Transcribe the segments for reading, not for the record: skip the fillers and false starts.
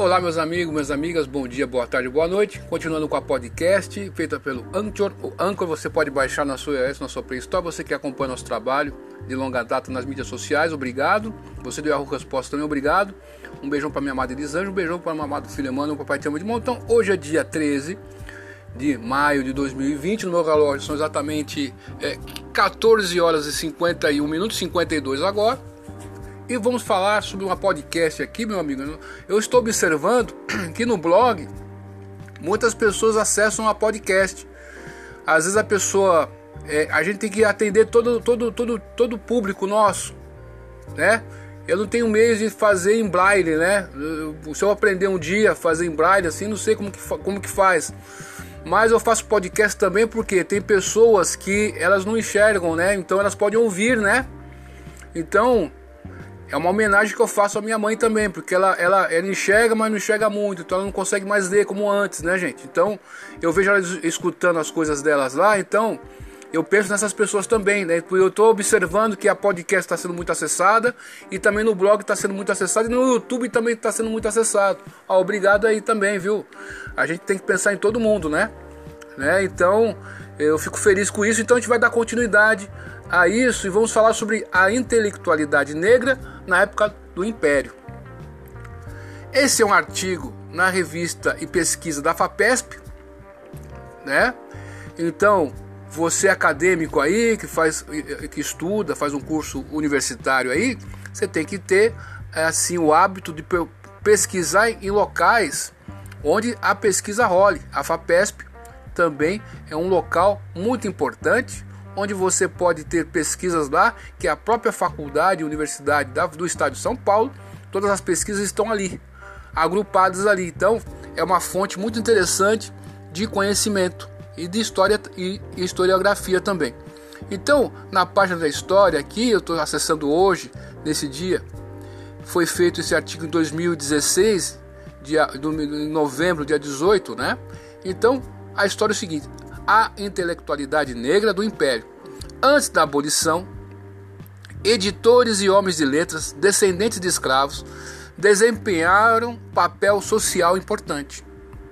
Olá meus amigos, minhas amigas, bom dia, boa tarde, boa noite. Continuando com a podcast feita pelo Anchor. O Anchor você pode baixar na sua Play Store. Você que acompanha nosso trabalho de longa data nas mídias sociais, obrigado. Você do Yahoo Resposta também, obrigado. Um beijão para minha amada Elisângela, um beijão para meu amado filho Emmanuel, o papai te ama de montão. Hoje é dia 13 de maio de 2020, no meu relógio são exatamente 14 horas e 51 minutos, 52 agora. E vamos falar sobre uma podcast aqui, meu amigo. Eu estou observando que no blog muitas pessoas acessam a podcast. Às vezes a pessoa, a gente tem que atender todo o público nosso, né? Eu não tenho meios de fazer em braille, né? Se eu aprender um dia a fazer em braille assim, não sei como que faz. Mas eu faço podcast também porque tem pessoas que elas não enxergam, né? Então elas podem ouvir, né? Então é uma homenagem que eu faço à minha mãe também, porque ela enxerga, mas não enxerga muito, então ela não consegue mais ler como antes, né, gente? Então eu vejo ela escutando as coisas delas lá, então eu penso nessas pessoas também, né? Eu estou observando que a podcast está sendo muito acessada, e também no blog está sendo muito acessado, e no YouTube também está sendo muito acessado. Obrigado aí também, viu? A gente tem que pensar em todo mundo, né? Então eu fico feliz com isso, então a gente vai dar continuidade a isso e vamos falar sobre a intelectualidade negra na época do Império. Esse é um artigo na revista e pesquisa da FAPESP, né? Então, você acadêmico aí que estuda, faz um curso universitário aí, você tem que ter assim o hábito de pesquisar em locais onde a pesquisa role. A FAPESP também é um local muito importante, onde você pode ter pesquisas lá, que a própria faculdade e universidade do estado de São Paulo, todas as pesquisas estão ali, agrupadas ali. Então é uma fonte muito interessante de conhecimento e de história e historiografia também. Então, na página da história aqui, eu estou acessando hoje, nesse dia, foi feito esse artigo em 2016, em novembro, dia 18, né? Então, a história é o seguinte: a intelectualidade negra do Império. Antes da abolição, editores e homens de letras, descendentes de escravos, desempenharam papel social importante.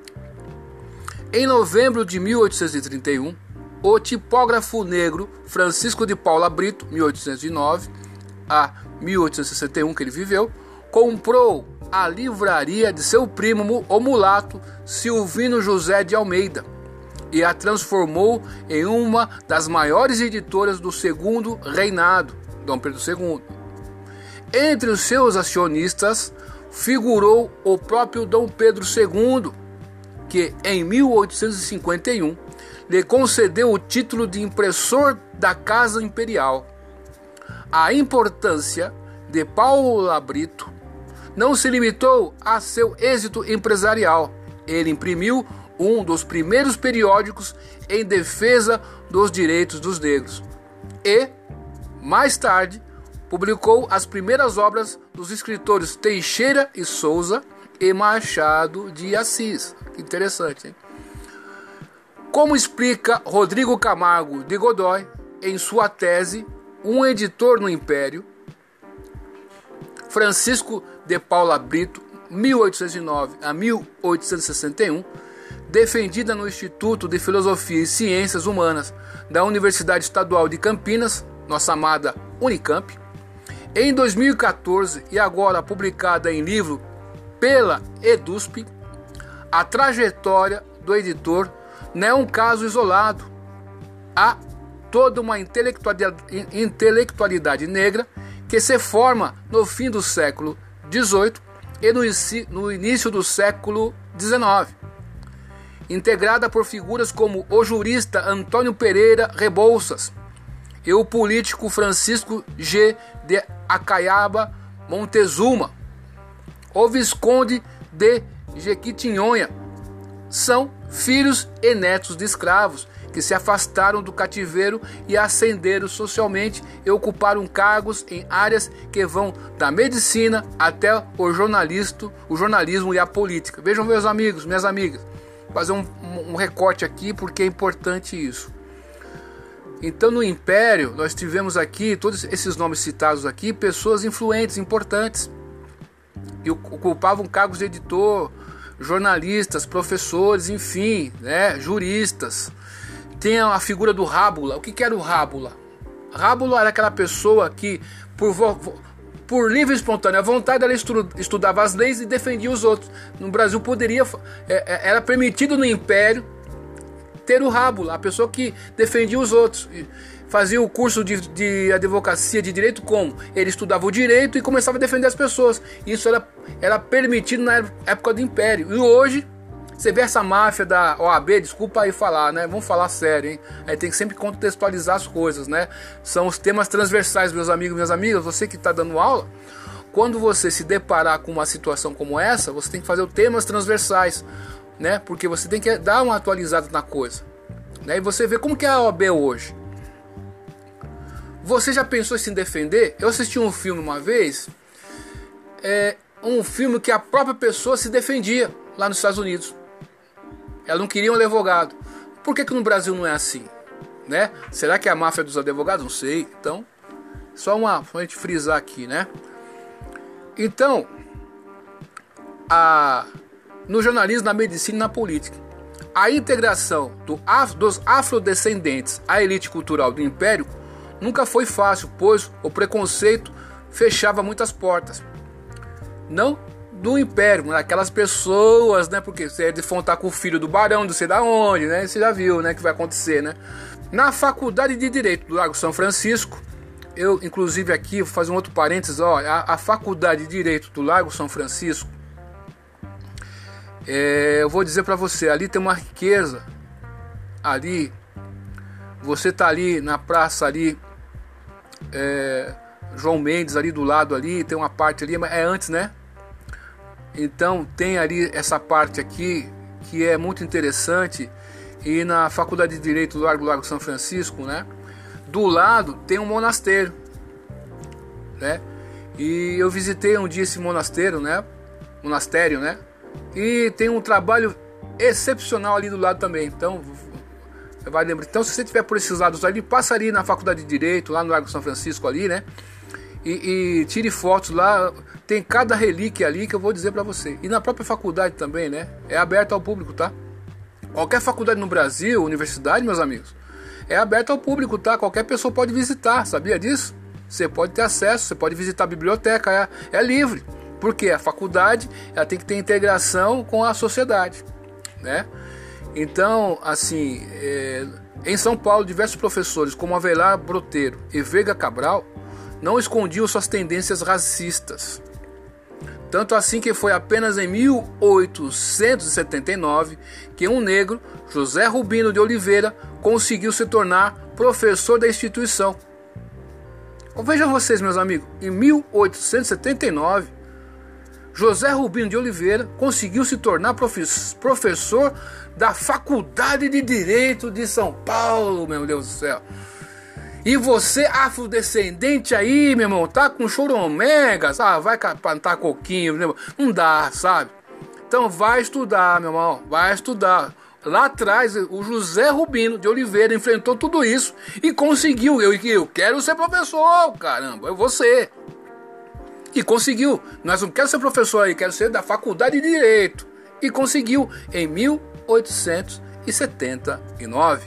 Em novembro de 1831, o tipógrafo negro Francisco de Paula Brito, 1809 a 1861 que ele viveu, comprou a livraria de seu primo, o mulato Silvino José de Almeida, e a transformou em uma das maiores editoras do segundo reinado, Dom Pedro II. Entre os seus acionistas figurou o próprio Dom Pedro II, que em 1851 lhe concedeu o título de impressor da Casa Imperial. A importância de Paula Brito não se limitou a seu êxito empresarial. Ele imprimiu um dos primeiros periódicos em defesa dos direitos dos negros e, mais tarde, publicou as primeiras obras dos escritores Teixeira e Souza e Machado de Assis. Que interessante, hein? Como explica Rodrigo Camargo de Godoy em sua tese Um Editor no Império, Francisco de Paula Brito, 1809 a 1861, defendida no Instituto de Filosofia e Ciências Humanas da Universidade Estadual de Campinas, nossa amada Unicamp, em 2014 e agora publicada em livro pela EDUSP, a trajetória do editor não é um caso isolado. Há toda uma intelectualidade negra que se forma no fim do século XVIII e no início do século XIX, integrada por figuras como o jurista Antônio Pereira Rebouças e o político Francisco G. de Acaiaba Montezuma, o Visconde de Jequitinhonha. São filhos e netos de escravos que se afastaram do cativeiro e ascenderam socialmente e ocuparam cargos em áreas que vão da medicina até o jornalismo e a política. Vejam, meus amigos, minhas amigas, fazer um recorte aqui porque é importante isso. Então, no Império, nós tivemos aqui, todos esses nomes citados aqui, pessoas influentes, importantes. e ocupavam cargos de editor, jornalistas, professores, enfim, né, juristas. Tem a figura do Rábula. O que era o Rábula? Rábula era aquela pessoa que, por livre e espontânea vontade, ela estudava as leis e defendia os outros. No Brasil era permitido no Império ter o Rábula, a pessoa que defendia os outros. Fazia o curso de advocacia de direito como? Ele estudava o direito e começava a defender as pessoas. Isso era permitido na época do Império. E hoje, você vê essa máfia da OAB, desculpa aí falar, né? Vamos falar sério, hein? Aí tem que sempre contextualizar as coisas, né? São os temas transversais, meus amigos e minhas amigas. Você que está dando aula, quando você se deparar com uma situação como essa, você tem que fazer os temas transversais, né? Porque você tem que dar uma atualizada na coisa, né? E você vê como que é a OAB hoje. Você já pensou em se defender? Eu assisti um filme uma vez, um filme que a própria pessoa se defendia lá nos Estados Unidos. Ela não queria um advogado. Por que no Brasil não é assim? Né? Será que é a máfia dos advogados? Não sei. Então, só pra gente frisar aqui, né? Então, no jornalismo, na medicina e na política, a integração dos afrodescendentes à elite cultural do Império nunca foi fácil, pois o preconceito fechava muitas portas. Não do Império, mas aquelas pessoas, né? Porque você é de fontar com o filho do barão, não sei da onde, né? Você já viu, né? Que vai acontecer, né? Na Faculdade de Direito do Largo São Francisco, eu, inclusive aqui, vou fazer um outro parênteses, ó, a Faculdade de Direito do Largo São Francisco, eu vou dizer pra você, ali tem uma riqueza, ali, você tá ali na praça ali, João Mendes ali do lado ali, tem uma parte ali, mas é antes, né? Então tem ali essa parte aqui que é muito interessante. E na Faculdade de Direito do Largo São Francisco, né, do lado tem um monastério, né? E eu visitei um dia esse monastério, né? E tem um trabalho excepcional ali do lado também. Então você vai lembrar. Então se você tiver por esses lados ali, passa ali na Faculdade de Direito, lá no Largo São Francisco ali, né? E tire fotos lá. Tem cada relíquia ali que eu vou dizer pra você. E na própria faculdade também, né? É aberto ao público, tá? Qualquer faculdade no Brasil, universidade, meus amigos, é aberto ao público, tá? Qualquer pessoa pode visitar, sabia disso? Você pode ter acesso, você pode visitar a biblioteca, é livre. Porque a faculdade, ela tem que ter integração com a sociedade, né? Então, assim, em São Paulo, diversos professores, como Avelar Broteiro e Veiga Cabral, não escondiam suas tendências racistas. Tanto assim que foi apenas em 1879 que um negro, José Rubino de Oliveira, conseguiu se tornar professor da instituição. Vejam vocês, meus amigos, em 1879, José Rubino de Oliveira conseguiu se tornar professor da Faculdade de Direito de São Paulo, meu Deus do céu. E você, afrodescendente aí, meu irmão, tá com choromega, sabe? Vai plantar coquinho, meu irmão. Não dá, sabe? Então vai estudar, meu irmão, vai estudar. Lá atrás, o José Rubino de Oliveira enfrentou tudo isso e conseguiu. Eu quero ser professor, caramba, eu vou ser. E conseguiu. Nós não quero ser professor aí, quero ser da Faculdade de Direito. E conseguiu em 1879.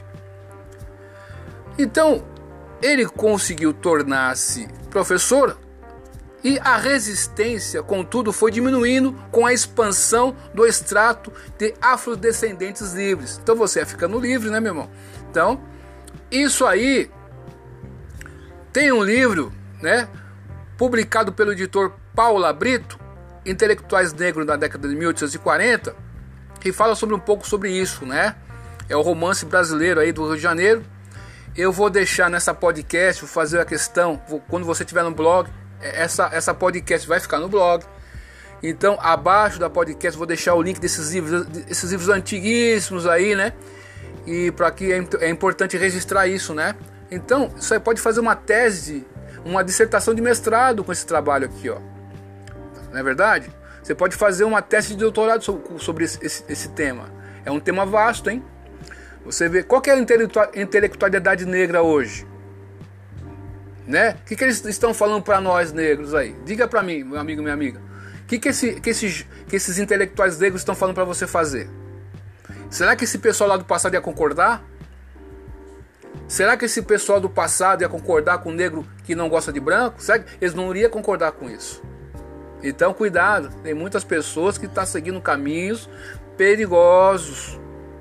Então, ele conseguiu tornar-se professor e a resistência, contudo, foi diminuindo com a expansão do extrato de afrodescendentes livres. Então você ia ficando livre, né, meu irmão? Então, isso aí tem um livro, né, publicado pelo editor Paula Brito, Intelectuais Negros da década de 1840, que fala um pouco sobre isso, né? É o romance brasileiro aí do Rio de Janeiro. Eu vou deixar nessa podcast, vou fazer a questão, quando você estiver no blog, essa podcast vai ficar no blog. Então, abaixo da podcast, vou deixar o link desses livros antiguíssimos aí, né? E para que é importante registrar isso, né? Então, isso aí pode fazer uma tese, uma dissertação de mestrado com esse trabalho aqui, ó. Não é verdade? Você pode fazer uma tese de doutorado sobre esse tema. É um tema vasto, hein? Você vê, qual que é a intelectualidade negra hoje? Né? O que eles estão falando para nós negros aí? Diga para mim, meu amigo, minha amiga. que esses intelectuais negros estão falando para você fazer? Será que esse pessoal lá do passado ia concordar? Será que esse pessoal do passado ia concordar com o negro que não gosta de branco? Será que eles não iriam concordar com isso? Então cuidado, tem muitas pessoas que estão seguindo caminhos perigosos.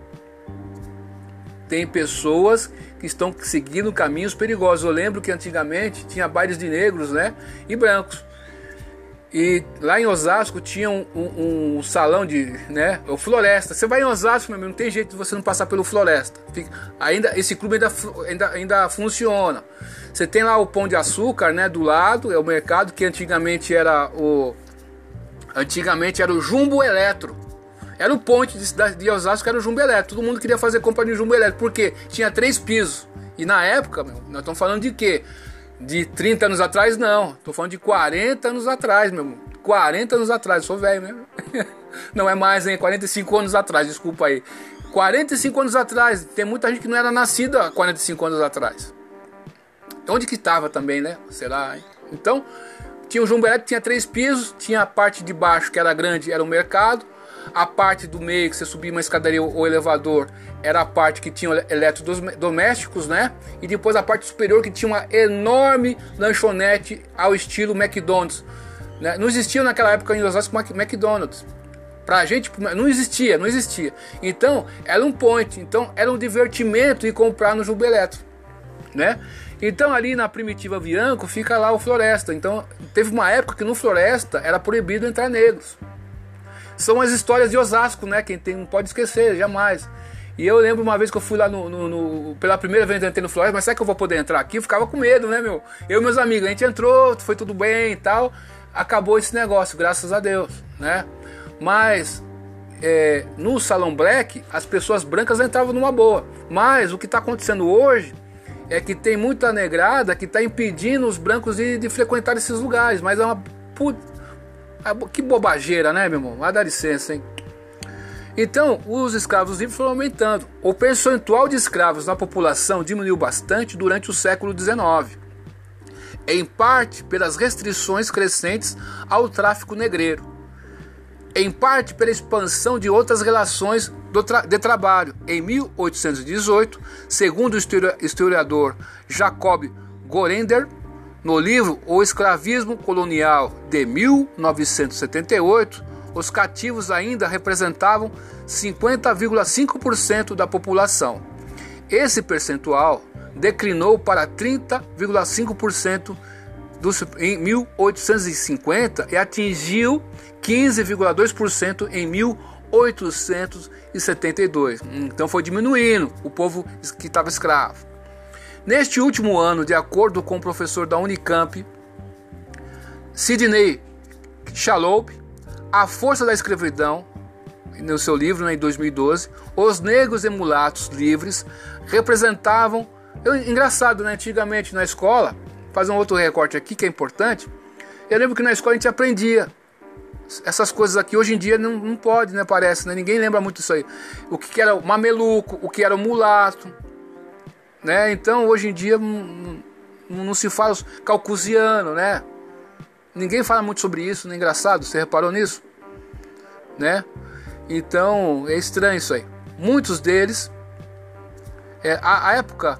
Tem pessoas que estão seguindo caminhos perigosos. Eu lembro que antigamente tinha bailes de negros, né, e brancos. E lá em Osasco tinha um salão de, né, o Floresta. Você vai em Osasco, meu amigo, não tem jeito de você não passar pelo Floresta. Esse clube ainda funciona. Você tem lá o Pão de Açúcar, né, do lado, é o mercado que antigamente era o Jumbo Eletro. Era o ponte de Osasco, era o Jumbo Eletro. Todo mundo queria fazer compra de Jumbo Eletro, porque tinha 3 pisos. E na época, nós estamos falando de quê? De 30 anos atrás, não. Estou falando de 40 anos atrás, meu irmão. 40 anos atrás, eu sou velho mesmo. Não é mais, hein? 45 anos atrás, desculpa aí. 45 anos atrás. Tem muita gente que não era nascida há 45 anos atrás. Onde que estava também, né? Será, hein? Então, tinha o Jumbo Eletro, tinha 3 pisos. Tinha a parte de baixo, que era grande, era o mercado. A parte do meio, que você subia uma escadaria ou elevador, era a parte que tinha eletrodomésticos, né? E depois a parte superior, que tinha uma enorme lanchonete ao estilo McDonald's, né? Não existia naquela época em Osasco McDonald's. Pra gente, não existia. Então, era um point. Então, era um divertimento ir comprar no Jumbo Eletro, né? Então, ali na Primitiva Bianco, fica lá o Floresta. Então, teve uma época que no Floresta era proibido entrar negros. São as histórias de Osasco, né? Quem tem não pode esquecer, jamais. E eu lembro uma vez que eu fui lá pela primeira vez eu entrei no Floresta, mas será que eu vou poder entrar aqui? Eu ficava com medo, né, meu? Eu e meus amigos, a gente entrou, foi tudo bem e tal. Acabou esse negócio, graças a Deus, né? Mas no Salão Black, as pessoas brancas entravam numa boa. Mas o que está acontecendo hoje é que tem muita negrada que está impedindo os brancos de frequentar esses lugares. Mas é uma que bobageira, né, meu irmão? Vai dar licença, hein? Então, os escravos livres foram aumentando. O percentual de escravos na população diminuiu bastante durante o século XIX, em parte pelas restrições crescentes ao tráfico negreiro, em parte pela expansão de outras relações de trabalho. Em 1818, segundo o historiador Jacob Gorender, no livro O Escravismo Colonial de 1978, os cativos ainda representavam 50,5% da população. Esse percentual declinou para 30,5% em 1850 e atingiu 15,2% em 1872. Então foi diminuindo o povo que estava escravo. Neste último ano, de acordo com o professor da Unicamp, Sidney Chaloub, A Força da Escravidão, no seu livro, em 2012, os negros e mulatos livres representavam... Engraçado, né? Antigamente na escola, fazer um outro recorte aqui que é importante, eu lembro que na escola a gente aprendia essas coisas aqui. Hoje em dia não pode, né? Parece, né? Ninguém lembra muito disso aí. O que era o mameluco, o que era o mulato, né? Então hoje em dia não se fala caucasiano, né? Ninguém fala muito sobre isso, não é engraçado? Você reparou nisso? Né? Então é estranho isso aí. Muitos deles, a época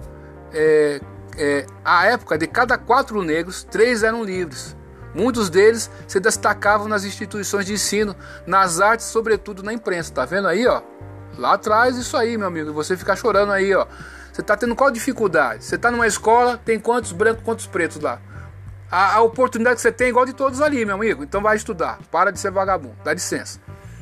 de cada 4 negros, 3 eram livres. Muitos deles se destacavam nas instituições de ensino, nas artes, sobretudo na imprensa. Tá vendo aí, ó? Lá atrás isso aí, meu amigo. E você ficar chorando aí, ó. Você está tendo qual dificuldade? Você está numa escola, tem quantos brancos, quantos pretos lá? A oportunidade que você tem é igual de todos ali, meu amigo. Então vai estudar. Para de ser vagabundo. Dá licença.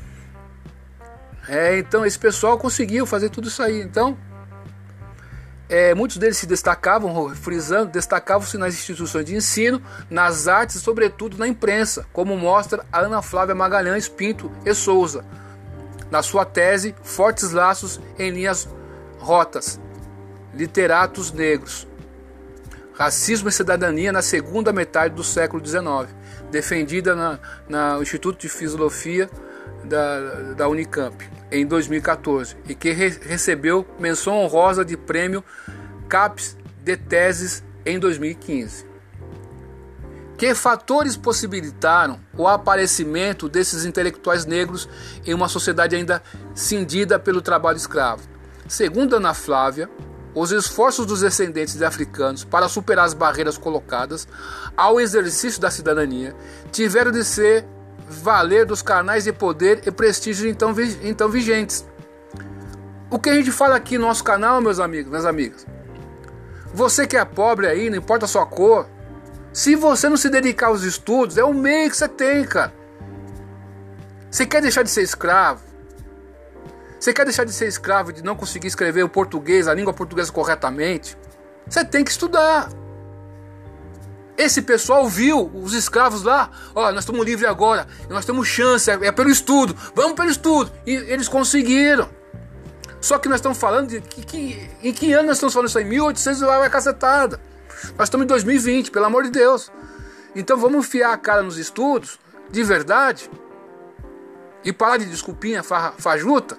Então esse pessoal conseguiu fazer tudo isso aí. Então, muitos deles se destacavam, frisando, destacavam-se nas instituições de ensino, nas artes e sobretudo na imprensa, como mostra a Ana Flávia Magalhães Pinto e Souza, na sua tese Fortes Laços em Linhas Rotas, Literatos Negros, Racismo e Cidadania na segunda metade do século XIX, defendida no Instituto de Filosofia da Unicamp em 2014 e que recebeu menção honrosa de prêmio CAPES de Teses em 2015. Que fatores possibilitaram o aparecimento desses intelectuais negros em uma sociedade ainda cindida pelo trabalho escravo? Segundo Ana Flávia, os esforços dos descendentes de africanos para superar as barreiras colocadas ao exercício da cidadania tiveram de se valer dos canais de poder e prestígio então vigentes. O que a gente fala aqui no nosso canal, meus amigos, minhas amigas? Você que é pobre aí, não importa a sua cor, se você não se dedicar aos estudos, é o meio que você tem, cara. Você quer deixar de ser escravo? Você quer deixar de ser escravo, de não conseguir escrever o português, a língua portuguesa corretamente? Você tem que estudar. Esse pessoal viu os escravos lá, ó, nós estamos livres agora, nós temos chance, é pelo estudo, vamos pelo estudo. E eles conseguiram. Só que nós estamos falando de em que ano nós estamos falando isso aí? 1800 vai cacetada. Nós estamos em 2020, pelo amor de Deus. Então vamos enfiar a cara nos estudos, de verdade, e parar de desculpinha fajuta.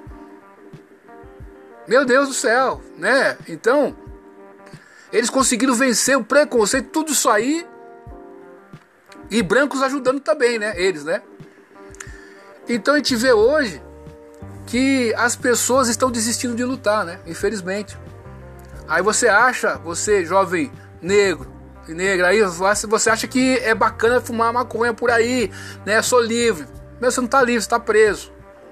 Meu Deus do céu, né? Então, eles conseguiram vencer o preconceito, tudo isso aí, e brancos ajudando também, né? Eles, né? Então a gente vê hoje que as pessoas estão desistindo de lutar, né? Infelizmente. Aí você acha, você jovem negro e negra, aí você acha que é bacana fumar maconha por aí, né? Sou livre. Mas você não tá livre, você tá preso.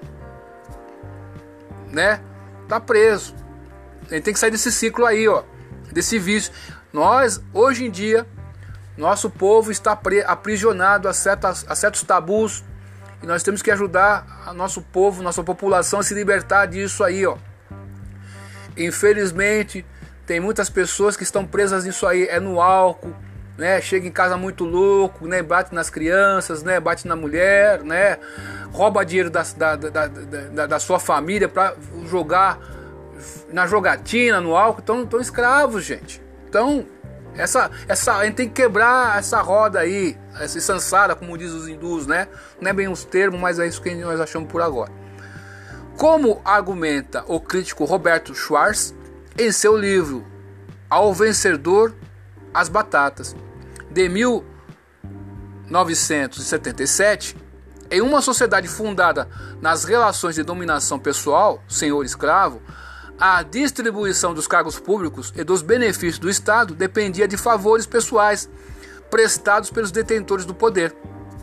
Né? Tá preso. A gente tem que sair desse ciclo aí, ó, desse vício. Nós, hoje em dia, nosso povo está aprisionado a certos tabus, e nós temos que ajudar a nosso povo, nossa população a se libertar disso aí, ó. Infelizmente, tem muitas pessoas que estão presas nisso aí, é no álcool, né? Chega em casa muito louco, né? Bate nas crianças, né? Bate na mulher, né? Rouba dinheiro da sua família para jogar na jogatina, no álcool. Estão escravos, gente. Então, a gente tem que quebrar essa roda aí, essa sansara, como diz os hindus, né? Não é bem os termos, mas é isso que nós achamos por agora. Como argumenta o crítico Roberto Schwartz em seu livro Ao Vencedor as Batatas, de 1977, em uma sociedade fundada nas relações de dominação pessoal, senhor-escravo, a distribuição dos cargos públicos e dos benefícios do Estado dependia de favores pessoais prestados pelos detentores do poder.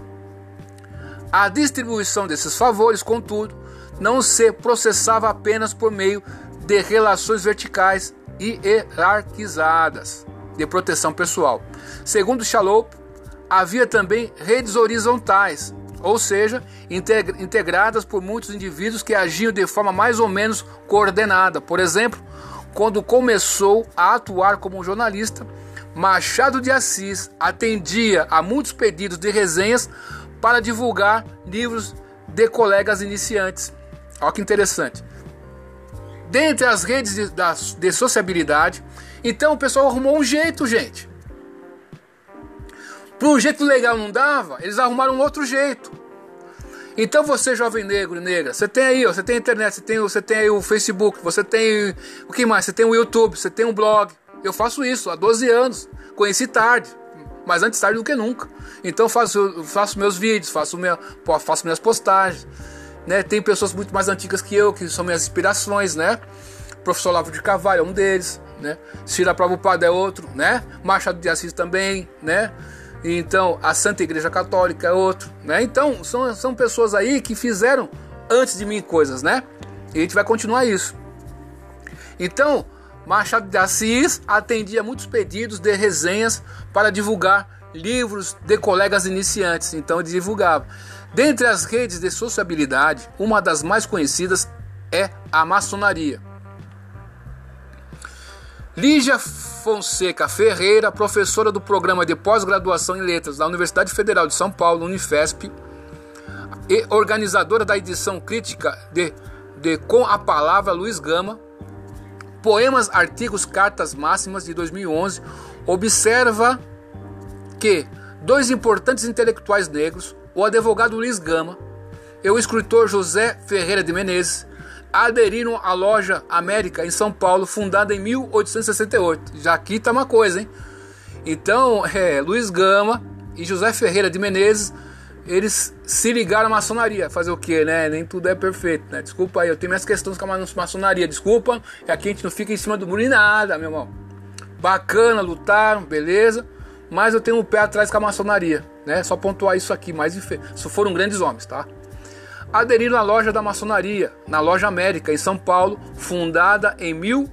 A distribuição desses favores, contudo, não se processava apenas por meio de relações verticais e hierarquizadas de proteção pessoal. Segundo Chalop, havia também redes horizontais, ou seja, integradas por muitos indivíduos que agiam de forma mais ou menos coordenada. Por exemplo, quando começou a atuar como jornalista, Machado de Assis atendia a muitos pedidos de resenhas para divulgar livros de colegas iniciantes. Olha que interessante. Dentre as redes de sociabilidade, então o pessoal arrumou um jeito, gente. Para um jeito legal não dava, eles arrumaram um outro jeito. Então você, jovem negro e negra, você tem aí, ó, você tem a internet, você tem aí o Facebook, você tem o que mais? Você tem o YouTube, você tem um blog. Eu faço isso há 12 anos, conheci tarde, mas antes tarde do que nunca. Então faço meus vídeos, faço minhas postagens, né? Tem pessoas muito mais antigas que eu, que são minhas inspirações, né? O professor Olavo de Carvalho é um deles, né? Srila Prabhupada é outro, né? Machado de Assis também, né? Então a Santa Igreja Católica é outro, né? Então são pessoas aí que fizeram antes de mim coisas, né? E a gente vai continuar isso. Então Machado de Assis atendia muitos pedidos de resenhas para divulgar livros de colegas iniciantes, então ele divulgava. Dentre as redes de sociabilidade, uma das mais conhecidas é a maçonaria. Lígia Fonseca Ferreira, professora do programa de pós-graduação em letras da Universidade Federal de São Paulo, Unifesp, e organizadora da edição crítica de Com a Palavra Luiz Gama, Poemas, Artigos, Cartas Máximas, de 2011, observa que dois importantes intelectuais negros, o advogado Luiz Gama e o escritor José Ferreira de Menezes, aderiram à Loja América em São Paulo, fundada em 1868. Já aqui tá uma coisa, hein? Então, Luiz Gama e José Ferreira de Menezes, eles se ligaram à maçonaria. Fazer o quê, né? Nem tudo é perfeito, né? Desculpa aí, eu tenho minhas questões com a maçonaria, desculpa. E aqui a gente não fica em cima do muro nem nada, meu irmão. Bacana, lutaram, beleza. Mas eu tenho um pé atrás com a maçonaria, né? Só pontuar isso aqui, mas isso foram grandes homens, tá? Aderiram à loja da maçonaria, na Loja América, em São Paulo, fundada em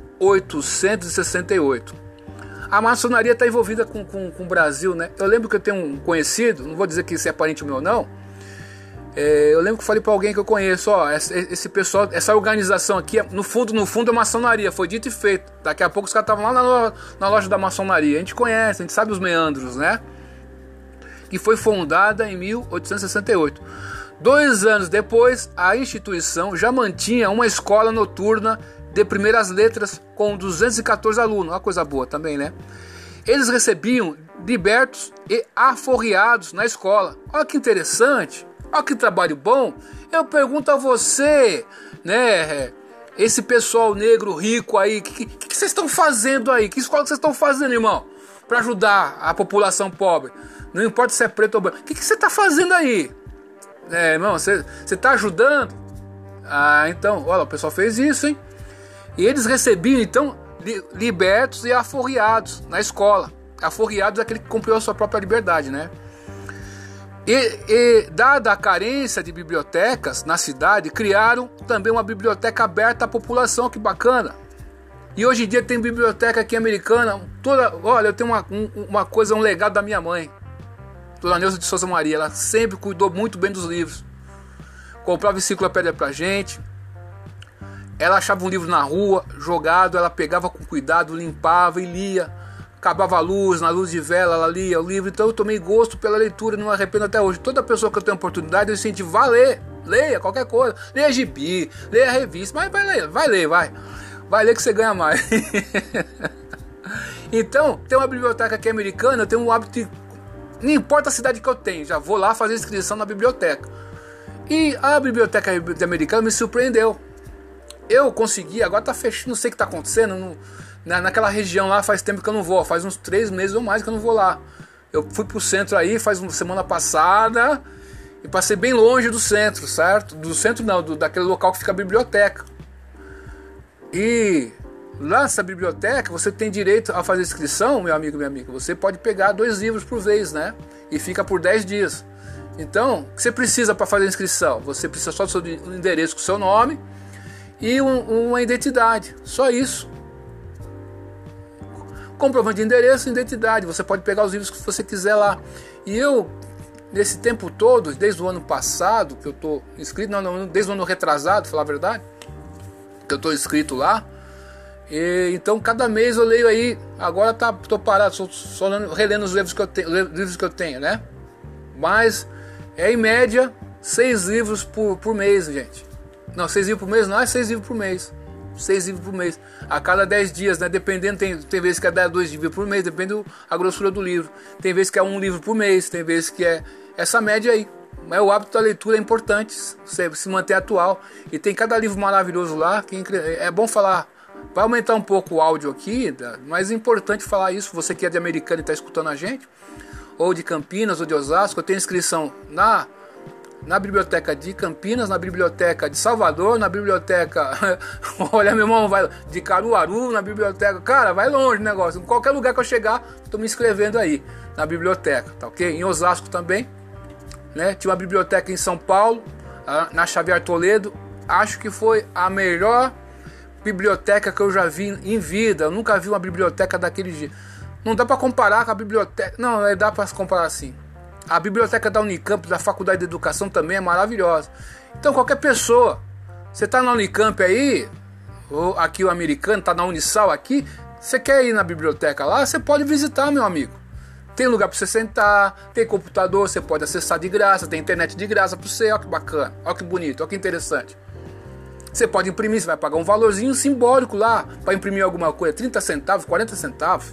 1868. A maçonaria está envolvida com o Brasil, né? Eu lembro que eu tenho um conhecido, não vou dizer que isso é parente meu não, eu lembro que eu falei para alguém que eu conheço, ó, esse pessoal, essa organização aqui, no fundo é maçonaria, foi dito e feito. Daqui a pouco os caras estavam lá na loja da maçonaria. A gente conhece, a gente sabe os meandros, né? Que foi fundada em 1868. 2 anos depois, a instituição já mantinha uma escola noturna de primeiras letras com 214 alunos. Uma coisa boa também, né? Eles recebiam libertos e aforreados na escola. Olha que interessante, olha que trabalho bom. Eu pergunto a você, né? Esse pessoal negro rico aí, o que vocês estão fazendo aí? Que escola vocês estão fazendo, irmão? Para ajudar a população pobre. Não importa se é preto ou branco. O que você está fazendo aí? Irmão, você está ajudando? Ah, então, olha, o pessoal fez isso, hein? E eles recebiam, então, libertos e aforreados na escola. Aforreados é aquele que cumpriu a sua própria liberdade, né? E dada a carência de bibliotecas na cidade, criaram também uma biblioteca aberta à população, que bacana. E hoje em dia tem biblioteca aqui americana, olha, eu tenho uma coisa, um legado da minha mãe, Dona Neuza de Souza Maria. Ela sempre cuidou muito bem dos livros. Comprava enciclopédia pra gente. Ela achava um livro na rua, jogado, ela pegava com cuidado, limpava e lia. Acabava a luz, na luz de vela, ela lia o livro. Então eu tomei gosto pela leitura, não me arrependo até hoje. Toda pessoa que eu tenho oportunidade, eu incentivo a ler. Leia qualquer coisa. Leia gibi, leia revista, mas vai ler. Vai ler que você ganha mais. Então, tem uma biblioteca aqui americana, eu tenho um hábito de... Não importa a cidade que eu tenho, já vou lá fazer inscrição na biblioteca. E a biblioteca americana me surpreendeu. Eu consegui, agora tá fechando, não sei o que está acontecendo. Naquela região lá faz tempo que eu não vou, faz uns 3 meses ou mais que eu não vou lá. Eu fui pro centro aí, faz uma semana passada, e passei bem longe do centro, certo? Do centro não, daquele local que fica a biblioteca. E lá nessa biblioteca você tem direito a fazer inscrição, meu amigo, minha amiga. Você pode pegar 2 livros por vez, né? E fica por 10 dias. Então, o que você precisa para fazer a inscrição? Você precisa só do seu endereço com o seu nome e uma identidade. Só isso. Comprovante de endereço e identidade. Você pode pegar os livros que você quiser lá. E eu, nesse tempo todo, desde o ano passado, que eu estou inscrito, desde o ano retrasado, pra falar a verdade, que eu estou inscrito lá. E, então cada mês eu leio aí. Agora tô parado, só relendo os livros que eu tenho, né? Mas é em média 6 livros por mês, gente. Não, 6 livros por mês não, é 6 livros por mês. 6 livros por mês. A cada 10 dias, né? Dependendo, tem vezes que é 2 livros por mês, depende da grossura do livro. Tem vezes que é 1 livro por mês, tem vezes que é essa média aí. Mas o hábito da leitura é importante, se manter atual. E tem cada livro maravilhoso lá, que é bom falar. Vai aumentar um pouco o áudio aqui, mas é importante falar isso. Você que é de Americana e está escutando a gente, ou de Campinas, ou de Osasco, eu tenho inscrição na biblioteca de Campinas, na biblioteca de Salvador, na biblioteca, olha meu irmão, vai de Caruaru, na biblioteca, cara, vai longe o negócio. Em qualquer lugar que eu chegar, estou me inscrevendo aí, na biblioteca, tá ok? Em Osasco também, né? Tinha uma biblioteca em São Paulo, na Xavier Toledo, acho que foi a melhor biblioteca que eu já vi em vida. Eu nunca vi uma biblioteca daquele jeito. Não dá para comparar com a biblioteca, não, dá para se comparar assim. A biblioteca da Unicamp, da Faculdade de Educação, também é maravilhosa. Então qualquer pessoa, você está na Unicamp aí, ou aqui o americano, está na Unisal aqui, você quer ir na biblioteca lá, você pode visitar, meu amigo. Tem lugar para você sentar, tem computador, você pode acessar de graça, tem internet de graça para você, olha que bacana, olha que bonito, olha que interessante. Você pode imprimir, você vai pagar um valorzinho simbólico lá, para imprimir alguma coisa, 30 centavos, 40 centavos,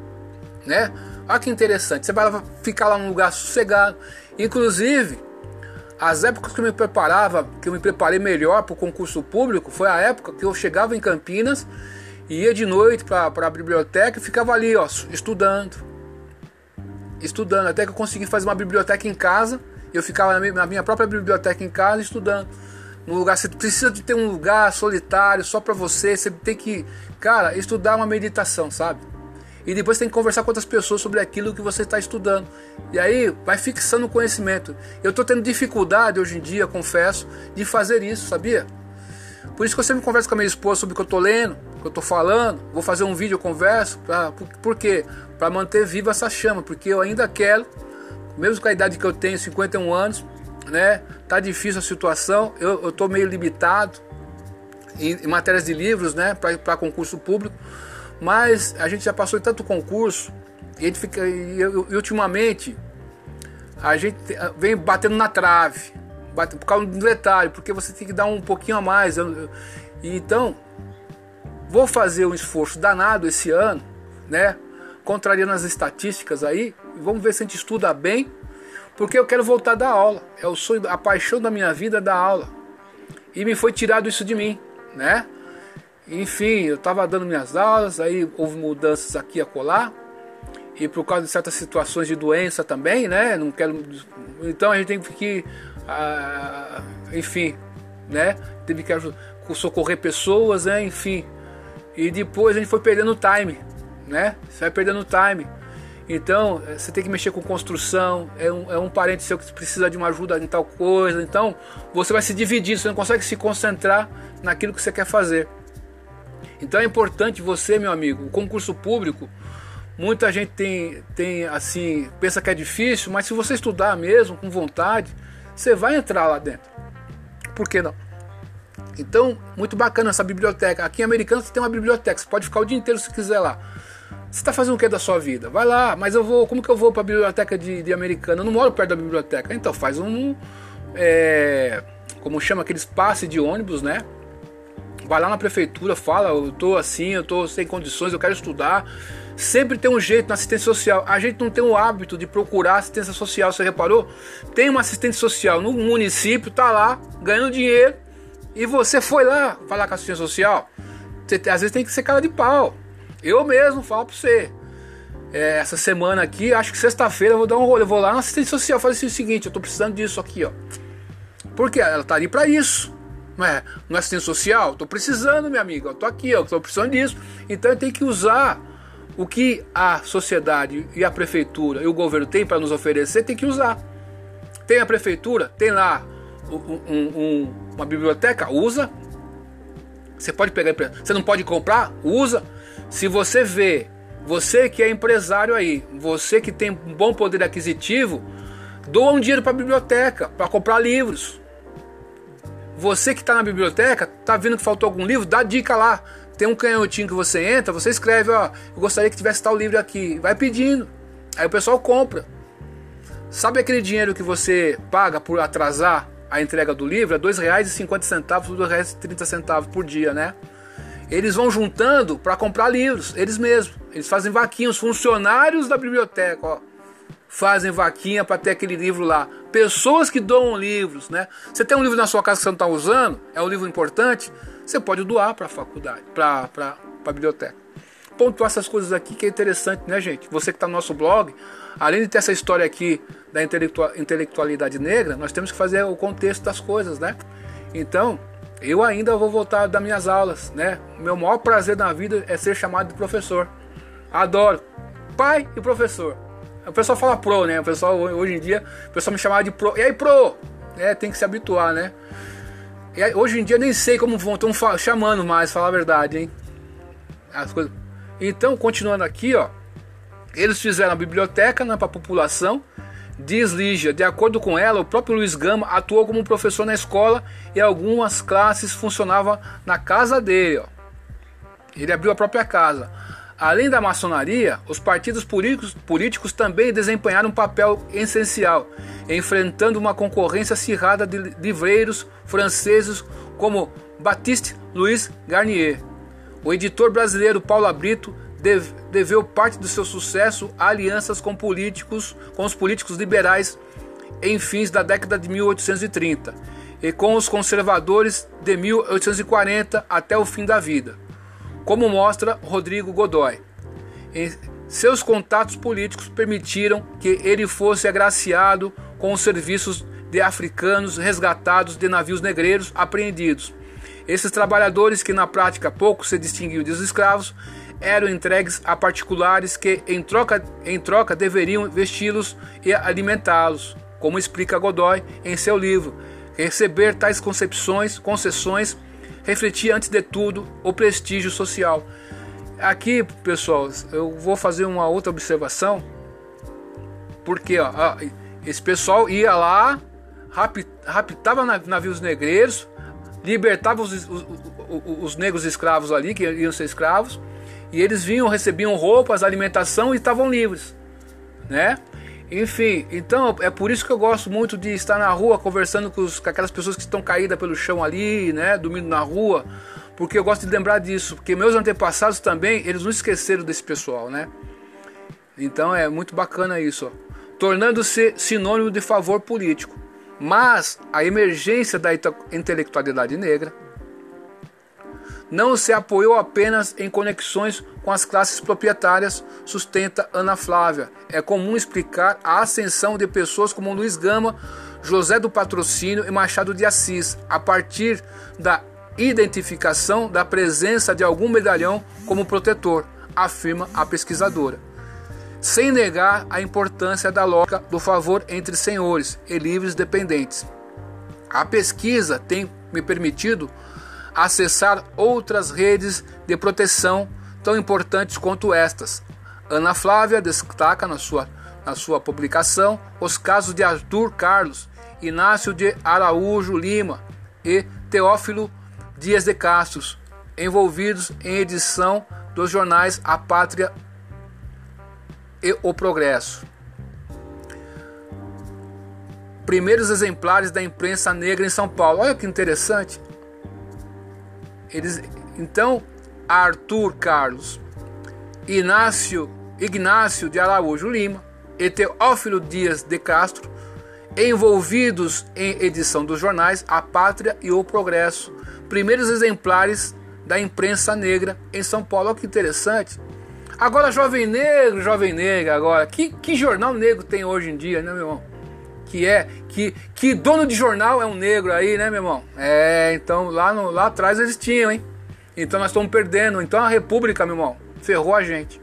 né? Olha que interessante, você vai ficar lá num lugar sossegado. Inclusive, as épocas que eu me preparei melhor para o concurso público, foi a época que eu chegava em Campinas, ia de noite para a biblioteca e ficava ali, ó, estudando. estudando, até que eu consegui fazer uma biblioteca em casa. Eu ficava na minha própria biblioteca em casa estudando. No lugar, você precisa de ter um lugar solitário só para você. Você tem que, cara, estudar uma meditação, sabe? E depois tem que conversar com outras pessoas sobre aquilo que você está estudando. E aí vai fixando o conhecimento. Eu estou tendo dificuldade hoje em dia, confesso, de fazer isso, sabia? Por isso que eu sempre converso com a minha esposa sobre o que eu estou lendo, o que eu estou falando. Vou fazer um vídeo, eu converso. Por quê? Para manter viva essa chama. Porque eu ainda quero, mesmo com a idade que eu tenho, 51 anos, né? Tá difícil a situação. Eu estou meio limitado em matérias de livros, né? Para concurso público. Mas a gente já passou em tanto concurso e ultimamente a gente vem batendo na trave, por causa do detalhe, porque você tem que dar um pouquinho a mais. Então, vou fazer um esforço danado esse ano, né? Contrariando as estatísticas aí, vamos ver se a gente estuda bem, porque eu quero voltar a dar aula. É o sonho, a paixão da minha vida é dar aula. E me foi tirado isso de mim, né? Enfim, eu estava dando minhas aulas, aí houve mudanças aqui e acolá, e por causa de certas situações de doença também, né? Não quero, então a gente tem que, enfim, né? Teve que socorrer pessoas, né? Enfim, e depois a gente foi perdendo o time, né? Você vai perdendo o time. Então você tem que mexer com construção, é um parente seu que precisa de uma ajuda em tal coisa, então você vai se dividir, você não consegue se concentrar naquilo que você quer fazer. Então é importante você, meu amigo, o concurso público, muita gente tem assim, pensa que é difícil, mas se você estudar mesmo, com vontade, você vai entrar lá dentro. Por que não? Então, muito bacana essa biblioteca. Aqui em Americana você tem uma biblioteca, você pode ficar o dia inteiro se quiser lá. Você está fazendo o que da sua vida? Vai lá, mas como que eu vou para a biblioteca de Americana? Eu não moro perto da biblioteca. Então faz como chama, aqueles passes de ônibus, né? Vai lá na prefeitura, fala, eu tô assim, eu tô sem condições, eu quero estudar. Sempre tem um jeito na assistência social. A gente não tem o hábito de procurar assistência social, você reparou? Tem uma assistente social no município, tá lá, ganhando dinheiro, e você foi lá falar com a assistência social. Você, às vezes tem que ser cara de pau. Eu mesmo falo pra você. Essa semana aqui, acho que sexta-feira eu vou dar um rolê, eu vou lá na assistente social, fazer o seguinte, eu tô precisando disso aqui, ó. Porque ela tá ali pra isso. Não é assistência social? Estou precisando, minha amiga. Estou aqui, estou precisando disso. Então eu tenho que usar o que a sociedade e a prefeitura e o governo tem para nos oferecer, tem que usar. Tem a prefeitura, tem lá uma biblioteca, usa. Você pode pegar, você não pode comprar, usa. Se você vê, você que é empresário aí, você que tem um bom poder aquisitivo, doa um dinheiro para a biblioteca para comprar livros. Você que está na biblioteca, está vendo que faltou algum livro, dá dica lá. Tem um canhotinho que você entra, você escreve, ó, eu gostaria que tivesse tal livro aqui. Vai pedindo. Aí o pessoal compra. Sabe aquele dinheiro que você paga por atrasar a entrega do livro? É R$2,50, R$2,30 por dia, né? Eles vão juntando para comprar livros, eles mesmos. Eles fazem vaquinha, os funcionários da biblioteca, ó, fazem vaquinha para ter aquele livro lá. Pessoas que doam livros, né? Você tem um livro na sua casa que você não está usando, é um livro importante, você pode doar para a faculdade, para a biblioteca. Pontuar essas coisas aqui que é interessante, né, gente? Você que está no nosso blog, além de ter essa história aqui da intelectualidade negra, nós temos que fazer o contexto das coisas, né? Então, eu ainda vou voltar das minhas aulas, né? O meu maior prazer na vida é ser chamado de professor. Adoro. Pai e professor. O pessoal fala pro, né? O pessoal, hoje em dia, o pessoal me chamava de pro. E aí, pro? Tem que se habituar, né? E aí, hoje em dia nem sei como vão, estão chamando mais, falar a verdade, hein? As coisas. Então, continuando aqui, ó. Eles fizeram a biblioteca, né, para a população. Diz Lígia, de acordo com ela, o próprio Luiz Gama atuou como professor na escola e algumas classes funcionavam na casa dele, ó. Ele abriu a própria casa. Além da maçonaria, os partidos políticos também desempenharam um papel essencial, enfrentando uma concorrência acirrada de livreiros franceses como Baptiste Louis Garnier. O editor brasileiro Paulo Brito deveu parte do seu sucesso a alianças com os políticos liberais em fins da década de 1830 e com os conservadores de 1840 até o fim da vida, como mostra Rodrigo Godoy. Seus contatos políticos permitiram que ele fosse agraciado com os serviços de africanos resgatados de navios negreiros apreendidos. Esses trabalhadores, que na prática pouco se distinguiam dos escravos, eram entregues a particulares que, em troca deveriam vesti-los e alimentá-los, como explica Godoy em seu livro. Receber tais concessões refletia antes de tudo o prestígio social. Aqui, pessoal, eu vou fazer uma outra observação, porque esse pessoal ia lá, raptava navios negreiros, libertava os negros escravos ali, que iam ser escravos, e eles vinham, recebiam roupas, alimentação e estavam livres, né? Enfim, então é por isso que eu gosto muito de estar na rua conversando com aquelas pessoas que estão caídas pelo chão ali, né, dormindo na rua, porque eu gosto de lembrar disso, porque meus antepassados também, eles não esqueceram desse pessoal, né? Então é muito bacana isso, tornando-se sinônimo de favor político. Mas a emergência da intelectualidade negra não se apoiou apenas em conexões com as classes proprietárias, sustenta Ana Flávia. É comum explicar a ascensão de pessoas como Luiz Gama, José do Patrocínio e Machado de Assis, a partir da identificação da presença de algum medalhão como protetor, afirma a pesquisadora, sem negar a importância da lógica do favor entre senhores e livres dependentes. A pesquisa tem me permitido acessar outras redes de proteção tão importantes quanto estas. Ana Flávia destaca na sua publicação os casos de Arthur Carlos, Inácio de Araújo Lima e Teófilo Dias de Castro, envolvidos em edição dos jornais A Pátria e O Progresso. Primeiros exemplares da imprensa negra em São Paulo. Olha que interessante. Então, Arthur Carlos, Ignácio de Araújo Lima e Teófilo Dias de Castro, envolvidos em edição dos jornais A Pátria e O Progresso, primeiros exemplares da imprensa negra em São Paulo. Olha que interessante. Agora, jovem negra, agora, que jornal negro tem hoje em dia, né, meu irmão? Que dono de jornal é um negro aí, né, meu irmão? Então lá atrás eles tinham, hein? Então nós estamos perdendo. Então a República, meu irmão, ferrou a gente.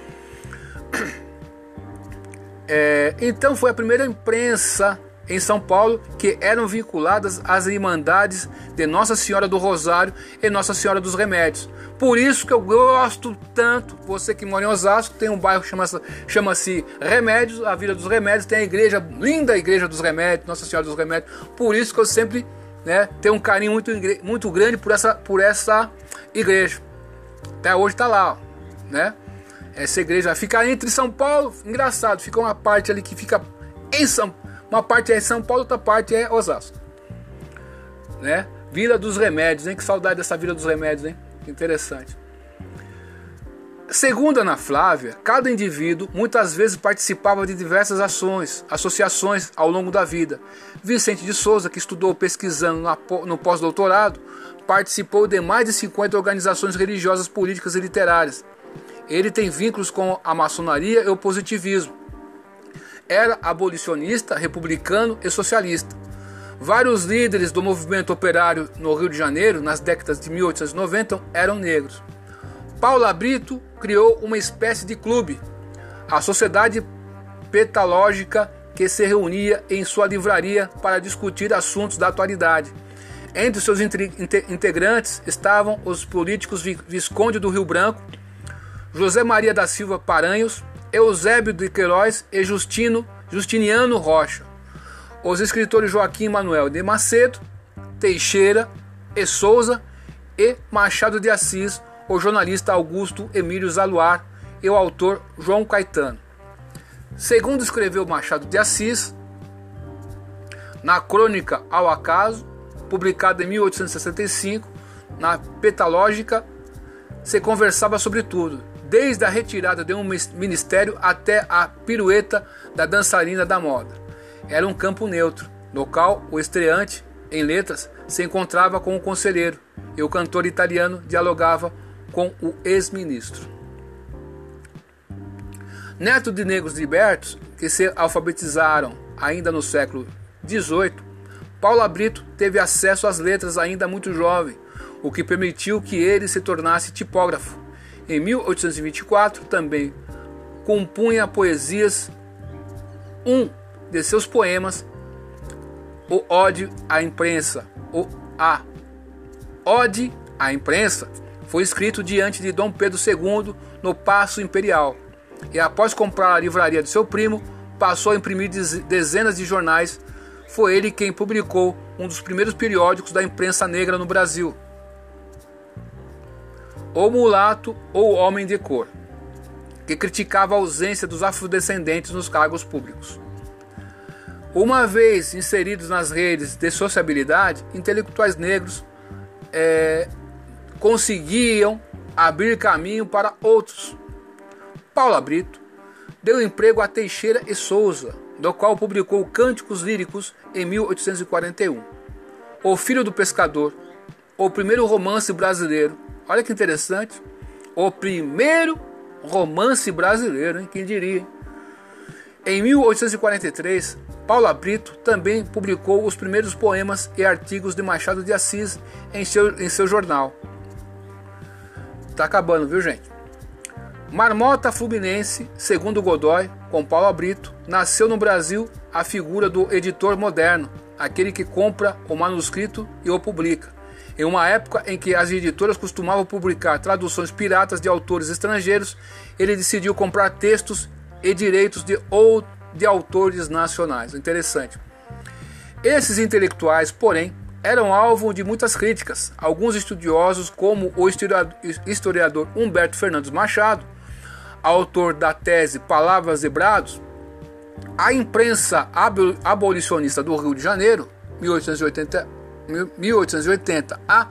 Então foi a primeira imprensa em São Paulo que eram vinculadas às Irmandades de Nossa Senhora do Rosário e Nossa Senhora dos Remédios. Por isso que eu gosto tanto, você que mora em Osasco, tem um bairro que chama-se Remédios, a Vila dos Remédios, tem a igreja, linda igreja dos Remédios, Nossa Senhora dos Remédios. Por isso que eu sempre, né, tenho um carinho muito grande por essa igreja. Até hoje está lá, né? Essa igreja fica entre São Paulo, engraçado, fica uma parte ali que fica em uma parte é em São Paulo, outra parte é Osasco, né? Vila dos Remédios, hein? Que saudade dessa Vila dos Remédios, hein? Interessante. Segundo Ana Flávia, cada indivíduo muitas vezes participava de diversas associações ao longo da vida. Vicente de Souza, que estudou pesquisando no pós-doutorado, participou de mais de 50 organizações religiosas, políticas e literárias. Ele tem vínculos com a maçonaria e o positivismo. Era abolicionista, republicano e socialista. Vários líderes do movimento operário no Rio de Janeiro, nas décadas de 1890, eram negros. Paula Brito criou uma espécie de clube, a Sociedade Petalógica, que se reunia em sua livraria para discutir assuntos da atualidade. Entre seus integrantes estavam os políticos Visconde do Rio Branco, José Maria da Silva Paranhos, Eusébio de Queiroz e Justiniano Rocha. Os escritores Joaquim Manuel de Macedo, Teixeira e Souza e Machado de Assis, o jornalista Augusto Emílio Zaluar e o autor João Caetano. Segundo escreveu Machado de Assis, na Crônica ao Acaso, publicada em 1865, na Petalógica, se conversava sobre tudo, desde a retirada de um ministério até a pirueta da dançarina da moda. Era um campo neutro, no qual o estreante em letras se encontrava com o conselheiro e o cantor italiano dialogava com o ex-ministro. Neto de negros libertos que se alfabetizaram ainda no século XVIII, Paula Brito teve acesso às letras ainda muito jovem, o que permitiu que ele se tornasse tipógrafo. Em 1824, também compunha poesias. Um de seus poemas, o Ode à Imprensa, Ode à Imprensa, foi escrito diante de Dom Pedro II no Paço Imperial, e após comprar a livraria de seu primo, passou a imprimir dezenas de jornais. Foi ele quem publicou um dos primeiros periódicos da imprensa negra no Brasil, O Mulato ou Homem de Cor, que criticava a ausência dos afrodescendentes nos cargos públicos. Uma vez inseridos nas redes de sociabilidade, intelectuais negros conseguiam abrir caminho para outros. Paula Brito deu emprego a Teixeira e Souza, do qual publicou Cânticos Líricos em 1841. O Filho do Pescador, o primeiro romance brasileiro. Olha que interessante. O primeiro romance brasileiro, hein? Quem diria? Hein? Em 1843, Paula Brito também publicou os primeiros poemas e artigos de Machado de Assis em seu jornal. Tá acabando, viu, gente? Marmota Fluminense, segundo Godoy, com Paula Brito, nasceu no Brasil a figura do editor moderno, aquele que compra o manuscrito e o publica. Em uma época em que as editoras costumavam publicar traduções piratas de autores estrangeiros, ele decidiu comprar textos e direitos de autores nacionais. Interessante. Esses intelectuais, porém, eram alvo de muitas críticas. Alguns estudiosos, como o historiador Humberto Fernandes Machado, autor da tese Palavras e Brados, a imprensa abolicionista do Rio de Janeiro, 1880 a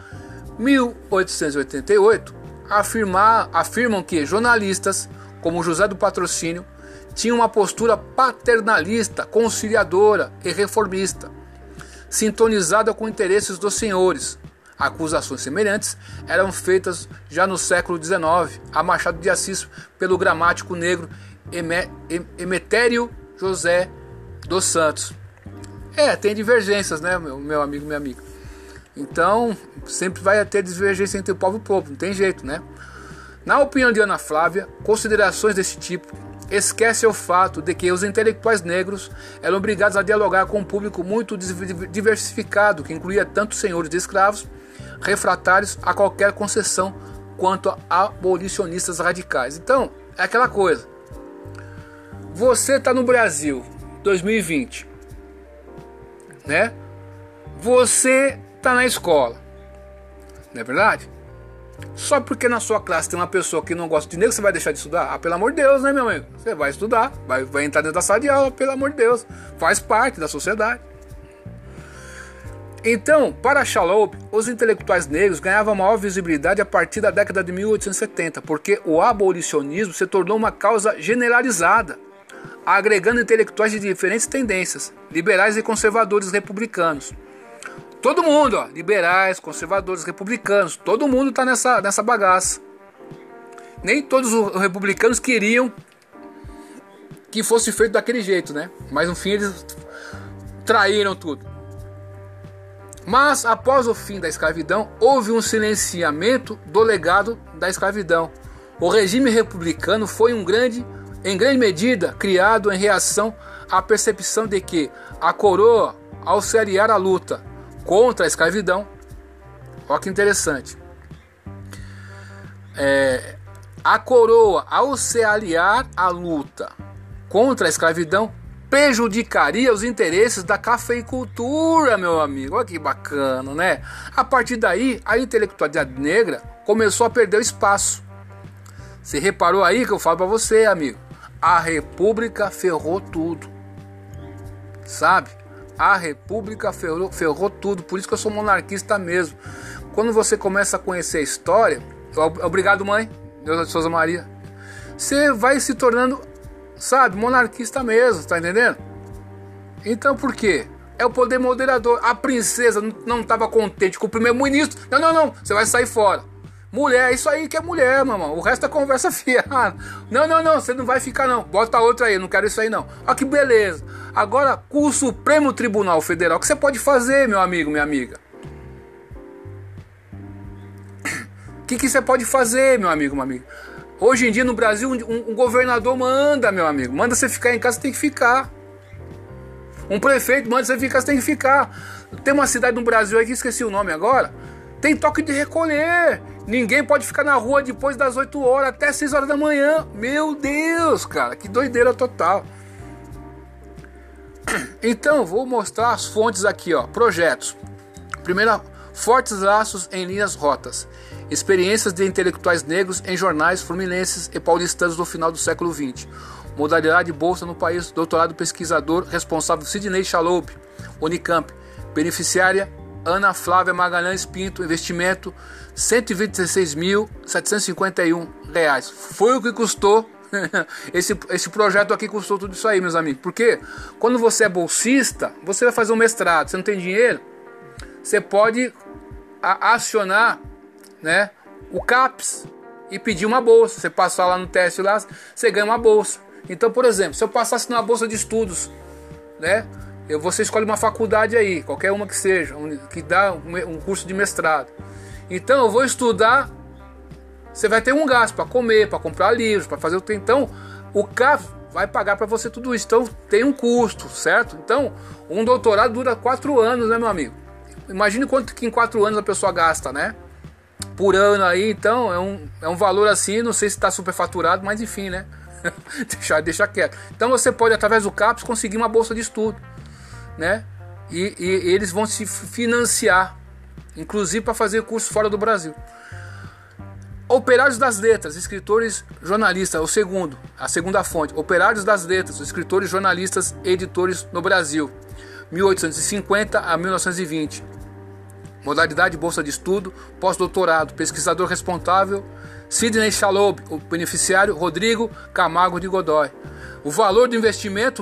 1888, afirmam que jornalistas como José do Patrocínio tinham uma postura paternalista, conciliadora e reformista, sintonizada com interesses dos senhores. Acusações semelhantes eram feitas já no século XIX a Machado de Assis pelo gramático negro Emetério José dos Santos. Tem divergências, né, meu amigo, minha amiga. Então, sempre vai ter divergência entre o povo e o povo, não tem jeito, né? Na opinião de Ana Flávia, considerações desse tipo esquecem o fato de que os intelectuais negros eram obrigados a dialogar com um público muito diversificado, que incluía tanto senhores de escravos, refratários a qualquer concessão, quanto a abolicionistas radicais. Então, é aquela coisa. Você está no Brasil, 2020, né? Você está na escola, não é verdade? Só porque na sua classe tem uma pessoa que não gosta de negro, você vai deixar de estudar? Ah, pelo amor de Deus, né, meu amigo? Você vai estudar, vai entrar dentro da sala de aula, pelo amor de Deus. Faz parte da sociedade. Então, para Chaloub, os intelectuais negros ganhavam maior visibilidade a partir da década de 1870, porque o abolicionismo se tornou uma causa generalizada, agregando intelectuais de diferentes tendências, liberais e conservadores republicanos. Todo mundo, liberais, conservadores, republicanos, todo mundo está nessa bagaça. Nem todos os republicanos queriam que fosse feito daquele jeito, né? Mas no fim eles traíram tudo. Mas após o fim da escravidão, houve um silenciamento do legado da escravidão. O regime republicano foi em grande medida criado em reação à percepção de que a coroa, ao se aliar à luta contra a escravidão, olha que interessante, a coroa, ao se aliar à luta contra a escravidão, prejudicaria os interesses da cafeicultura, meu amigo. Olha que bacana, né? A partir daí, a intelectualidade negra começou a perder o espaço. Você reparou aí que eu falo para você, amigo? A República ferrou tudo, sabe? A República ferrou tudo. Por isso que eu sou monarquista mesmo. Quando você começa a conhecer a história, obrigado, mãe, Deus de Souza Maria, você vai se tornando, sabe, monarquista mesmo, tá entendendo? Então por quê? É o poder moderador. A princesa não estava contente com o primeiro-ministro. Não, você vai sair fora. Mulher, isso aí que é mulher, mamão. O resto é conversa fiada. Não, você não vai ficar não. Bota outra aí, eu não quero isso aí não. Olha que beleza. Agora, com o Supremo Tribunal Federal, o que você pode fazer, meu amigo, minha amiga? O que você pode fazer, meu amigo, minha amiga? Hoje em dia no Brasil, um governador manda, meu amigo. Manda você ficar em casa, você tem que ficar. Um prefeito manda você ficar, você tem que ficar. Tem uma cidade no Brasil aí que esqueci o nome agora. Tem toque de recolher. Ninguém pode ficar na rua depois das 8 horas até 6 horas da manhã. Meu Deus, cara, que doideira total. Então, vou mostrar as fontes aqui, ó. Projetos. Primeira, fortes laços em linhas rotas. Experiências de intelectuais negros em jornais fluminenses e paulistanos no final do século XX. Modalidade bolsa no país, doutorado pesquisador, responsável Sidney Chaloub, Unicamp. Beneficiária Ana Flávia Magalhães Pinto, investimento R$ 126.751. Foi o que custou, esse projeto aqui custou tudo isso aí, meus amigos. Porque quando você é bolsista, você vai fazer um mestrado, você não tem dinheiro, você pode acionar, né, o CAPES e pedir uma bolsa. Você passar lá no teste lá, você ganha uma bolsa. Então, por exemplo, se eu passasse numa bolsa de estudos, né, você escolhe uma faculdade aí, qualquer uma que seja, que dá um curso de mestrado. Então eu vou estudar, você vai ter um gasto para comer, para comprar livros, para fazer o que. Então o CAPES vai pagar para você tudo isso. Então tem um custo, certo? Então um doutorado dura 4 anos, né, meu amigo? Imagine quanto que em 4 anos a pessoa gasta, né? Por ano aí, então é um valor assim, não sei se está superfaturado, mas enfim, né? deixa quieto. Então você pode, através do CAPES, conseguir uma bolsa de estudo, né? E eles vão se financiar, inclusive para fazer curso fora do Brasil. Operários das letras, escritores, jornalistas, a segunda fonte. Operários das letras, escritores, jornalistas, editores no Brasil, 1850 a 1920. Modalidade bolsa de estudo, pós-doutorado, pesquisador responsável Sidney Chaloub, o beneficiário Rodrigo Camargo de Godoy. O valor do investimento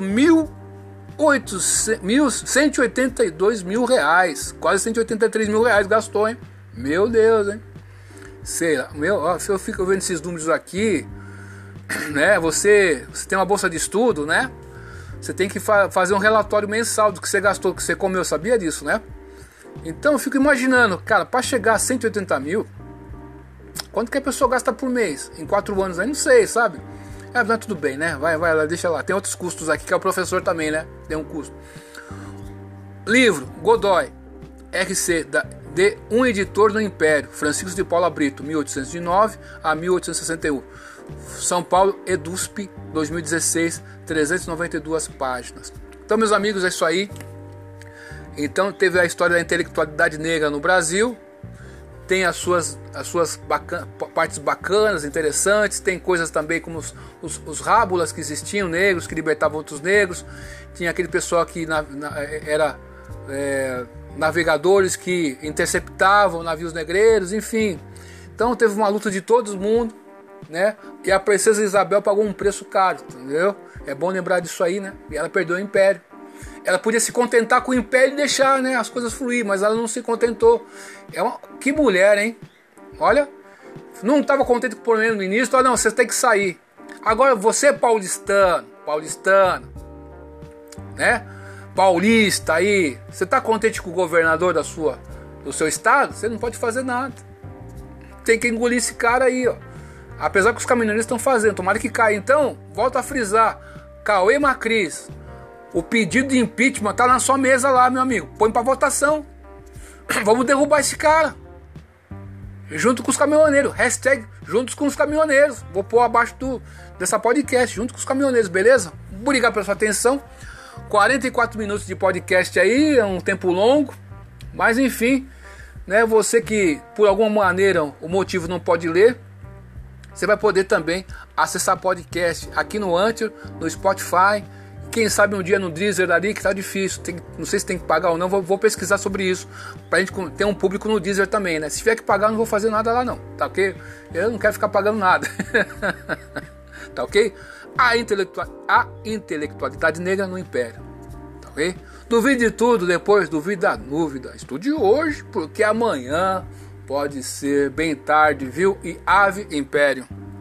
R$182 mil, quase R$183 mil gastou, hein? Meu Deus, hein? Sei lá, se eu fico vendo esses números aqui, né? Você tem uma bolsa de estudo, né? Você tem que fazer um relatório mensal do que você gastou, do que você comeu, sabia disso, né? Então eu fico imaginando, cara, para chegar a 180 mil, quanto que a pessoa gasta por mês? Em 4 anos aí, não sei, sabe? Mas tudo bem, né? Vai lá, deixa lá. Tem outros custos aqui, que é o professor também, né? Tem um custo. Livro, Godoy, RC, de um editor no Império, Francisco de Paula Brito, 1809 a 1861. São Paulo, EDUSP, 2016, 392 páginas. Então, meus amigos, é isso aí. Então, teve a história da intelectualidade negra no Brasil. Tem as suas partes bacanas, interessantes. Tem coisas também como os rábulas que existiam, negros, que libertavam outros negros. Tinha aquele pessoal que era navegadores que interceptavam navios negreiros, enfim. Então teve uma luta de todo mundo, né? E a princesa Isabel pagou um preço caro, entendeu? É bom lembrar disso aí, né? E ela perdeu o império. Ela podia se contentar com o império e deixar, né, as coisas fluir, mas ela não se contentou. Que mulher, hein? Olha, não estava contente com o primeiro-ministro. Não, você tem que sair. Agora você paulistano, né? Paulista aí, você está contente com o governador do seu estado? Você não pode fazer nada. Tem que engolir esse cara aí, ó. Apesar que os caminhoneiros estão fazendo, tomara que caia. Então, volto a frisar, Cauê Macris, o pedido de impeachment tá na sua mesa lá, meu amigo. Põe para votação. Vamos derrubar esse cara. Junto com os caminhoneiros. Hashtag juntos com os caminhoneiros. Vou pôr abaixo dessa podcast. Junto com os caminhoneiros, beleza? Obrigado pela sua atenção. 44 minutos de podcast aí. É um tempo longo. Mas enfim, né? Você que por alguma maneira o motivo não pode ler, você vai poder também acessar podcast aqui no Anchor, no Spotify. Quem sabe um dia no Deezer ali, que tá difícil. Não sei se tem que pagar ou não. Vou pesquisar sobre isso. Pra gente ter um público no Deezer também, né? Se tiver que pagar, eu não vou fazer nada lá não. Tá ok? Eu não quero ficar pagando nada. Tá ok? A intelectualidade negra no Império. Tá ok? Duvide de tudo, depois duvide da dúvida. Estude hoje, porque amanhã Pode ser bem tarde, viu? E Ave Império.